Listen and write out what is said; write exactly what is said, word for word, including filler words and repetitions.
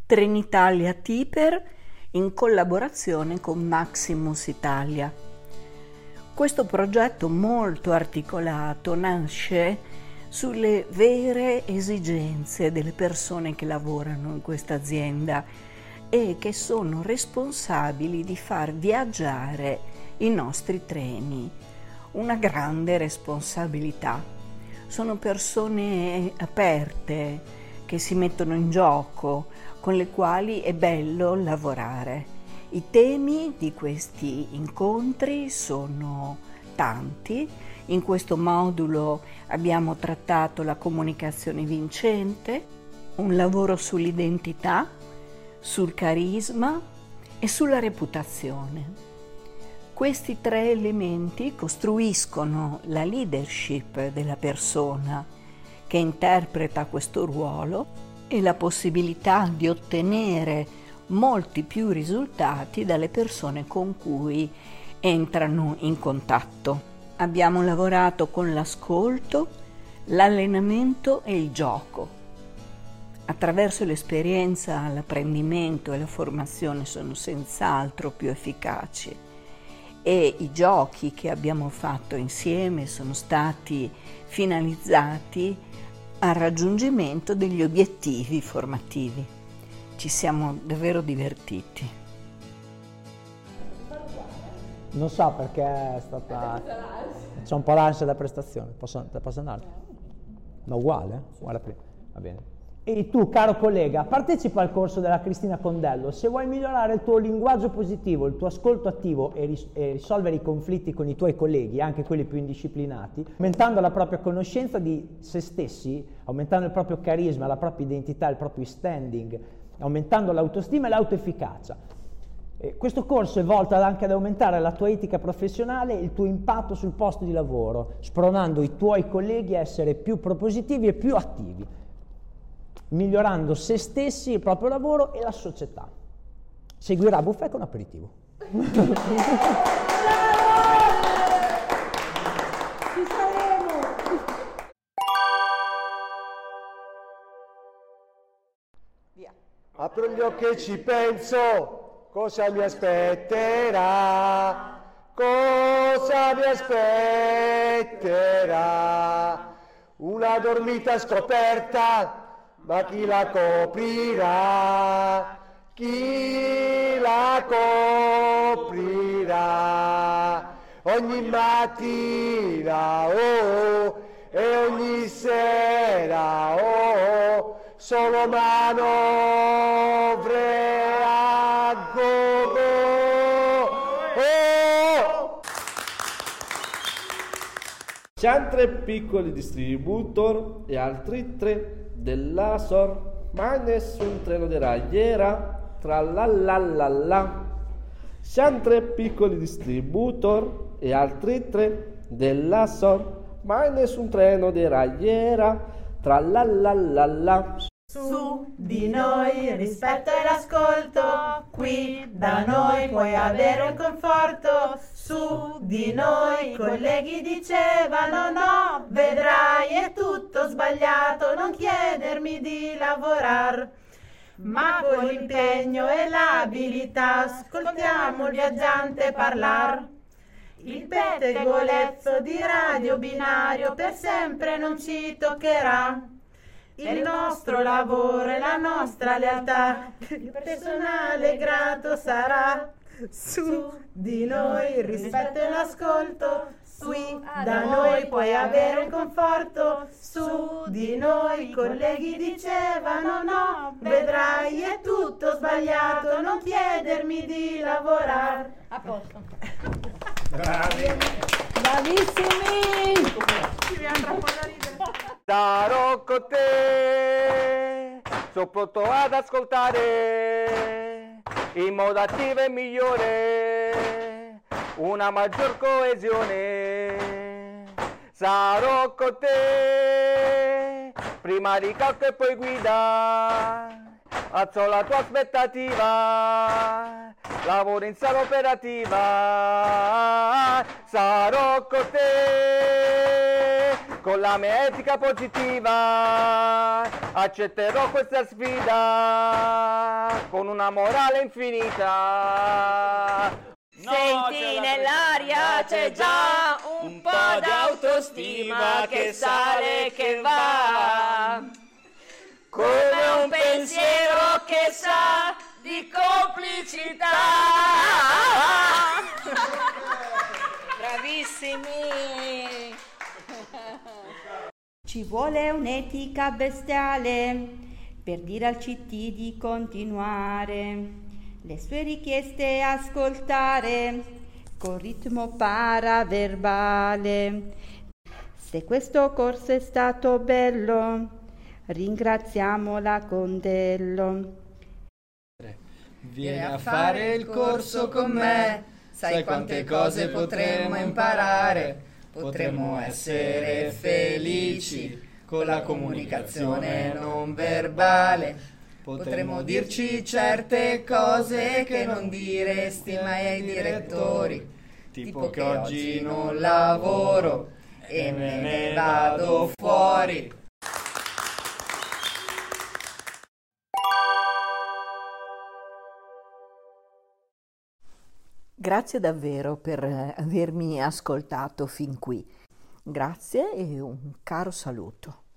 Trenitalia Tipper in collaborazione con Maximus Italia. Questo progetto molto articolato nasce sulle vere esigenze delle persone che lavorano in questa azienda e che sono responsabili di far viaggiare i nostri treni. Una grande responsabilità. Sono persone aperte che si mettono in gioco, con le quali è bello lavorare. I temi di questi incontri sono tanti. In questo modulo abbiamo trattato la comunicazione vincente, un lavoro sull'identità, sul carisma e sulla reputazione. Questi tre elementi costruiscono la leadership della persona che interpreta questo ruolo e la possibilità di ottenere molti più risultati dalle persone con cui entrano in contatto. Abbiamo lavorato con l'ascolto, l'allenamento e il gioco. Attraverso l'esperienza, l'apprendimento e la formazione sono senz'altro più efficaci e i giochi che abbiamo fatto insieme sono stati finalizzati al raggiungimento degli obiettivi formativi. Ci siamo davvero divertiti. Non so perché è stata... C'è un po' l'ansia da prestazione. Posso, posso andare? Ma uguale? Uguale prima. Va bene. E tu, caro collega, partecipa al corso della Cristina Condello. Se vuoi migliorare il tuo linguaggio positivo, il tuo ascolto attivo e, ris- e risolvere i conflitti con i tuoi colleghi, anche quelli più indisciplinati, aumentando la propria conoscenza di se stessi, aumentando il proprio carisma, la propria identità, il proprio standing, aumentando l'autostima e l'autoefficacia. E questo corso è volto anche ad aumentare la tua etica professionale e il tuo impatto sul posto di lavoro, spronando i tuoi colleghi a essere più propositivi e più attivi, migliorando se stessi, il proprio lavoro e la società. Seguirà buffet con aperitivo. Ci saremo! Via. Apro gli occhi e ci penso, cosa mi aspetterà? Cosa mi aspetterà? Una dormita scoperta, ma chi la coprirà? Chi la coprirà? Ogni mattina, oh, e ogni sera, oh, solo manovre a go-go, oh! Siamo tre piccoli distributor e altri tre della S O R, ma nessun treno di ragliera, tra la la la la. Siamo tre piccoli distributor e altri tre della S O R, ma nessun treno di ragliera, tra la la la la. Su di noi rispetto e l'ascolto, qui da noi puoi avere il conforto. Su di noi i colleghi dicevano no, vedrai è tutto sbagliato, non chiedermi di lavorare. Ma con l'impegno e l'abilità ascoltiamo il viaggiante parlar. Il pettegolezzo di radio binario per sempre non ci toccherà. Il nostro lavoro e la nostra lealtà, il personale grato sarà. Su di noi il rispetto e l'ascolto, qui da noi puoi avere il conforto. Su di noi i colleghi dicevano no, vedrai è tutto sbagliato, non chiedermi di lavorare. A posto. Bravi! Bravissimi! Ci viene un po' da ridere. Sarò con te, sono pronto ad ascoltare, in modo attivo e migliore, una maggior coesione. Sarò con te, prima ricalco e poi guida, alzo la tua aspettativa, lavoro in sala operativa. Sarò con te, Con la mia etica positiva accetterò questa sfida con una morale infinita. Senti nell'aria c'è già un po' di autostima che sale, che va, come un pensiero che sa di complicità. Bravissimi! Ci vuole un'etica bestiale per dire al C T di continuare le sue richieste ascoltare con ritmo paraverbale. Se questo corso è stato bello, ringraziamo la Condello. Vieni a fare il corso con me, sai quante cose potremmo imparare, potremmo essere felici con la comunicazione non verbale. Potremmo dirci certe cose che non diresti mai ai direttori, tipo che oggi non lavoro e me ne vado fuori. Grazie davvero per avermi ascoltato fin qui. Grazie e un caro saluto.